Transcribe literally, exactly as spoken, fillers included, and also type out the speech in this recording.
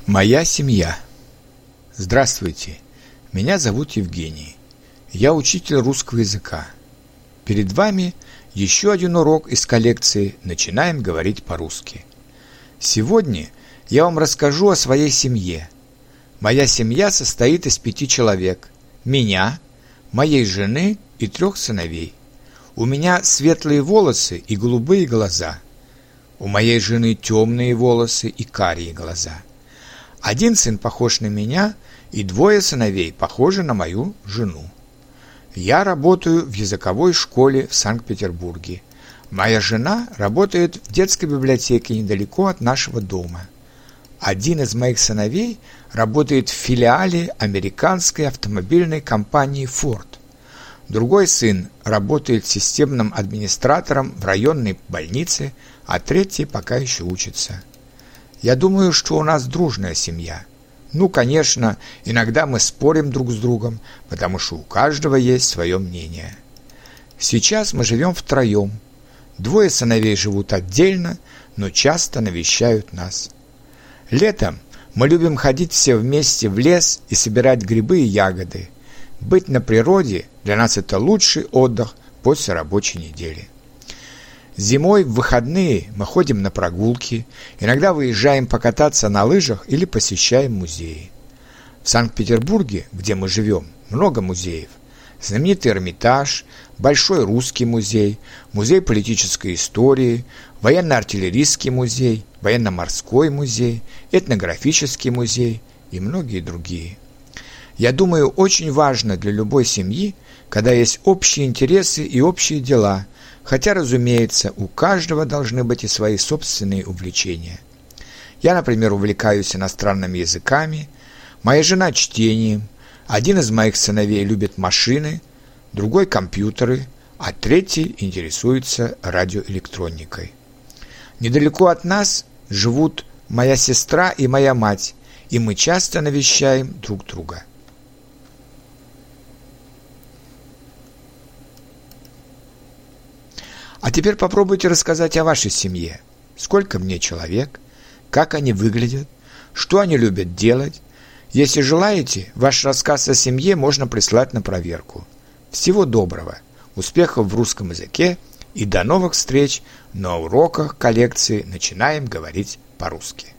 Моя семья. Здравствуйте, меня зовут Евгений. Я учитель русского языка. Перед вами еще один урок из коллекции «Начинаем говорить по-русски». Сегодня я вам расскажу о своей семье. Моя семья состоит из пяти человек. Меня, моей жены и трех сыновей. У меня светлые волосы и голубые глаза. У моей жены темные волосы и карие глаза. Один сын похож на меня, и двое сыновей похожи на мою жену. Я работаю в языковой школе в Санкт-Петербурге. Моя жена работает в детской библиотеке недалеко от нашего дома. Один из моих сыновей работает в филиале американской автомобильной компании Ford. Другой сын работает системным администратором в районной больнице, а третий пока еще учится. Я думаю, что у нас дружная семья. Ну, конечно, иногда мы спорим друг с другом, потому что у каждого есть свое мнение. Сейчас мы живем втроем. Двое сыновей живут отдельно, но часто навещают нас. Летом мы любим ходить все вместе в лес и собирать грибы и ягоды. Быть на природе для нас это лучший отдых после рабочей недели. Зимой в выходные мы ходим на прогулки, иногда выезжаем покататься на лыжах или посещаем музеи. В Санкт-Петербурге, где мы живем, много музеев. Знаменитый Эрмитаж, Большой русский музей, Музей политической истории, Военно-артиллерийский музей, Военно-морской музей, Этнографический музей и многие другие. Я думаю, очень важно для любой семьи, когда есть общие интересы и общие дела, хотя, разумеется, у каждого должны быть и свои собственные увлечения. Я, например, увлекаюсь иностранными языками, моя жена чтением, один из моих сыновей любит машины, другой – компьютеры, а третий интересуется радиоэлектроникой. Недалеко от нас живут моя сестра и моя мать, и мы часто навещаем друг друга. А теперь попробуйте рассказать о вашей семье. Сколько мне человек, как они выглядят, что они любят делать. Если желаете, ваш рассказ о семье можно прислать на проверку. Всего доброго, успехов в русском языке и до новых встреч на уроках коллекции «Начинаем говорить по-русски».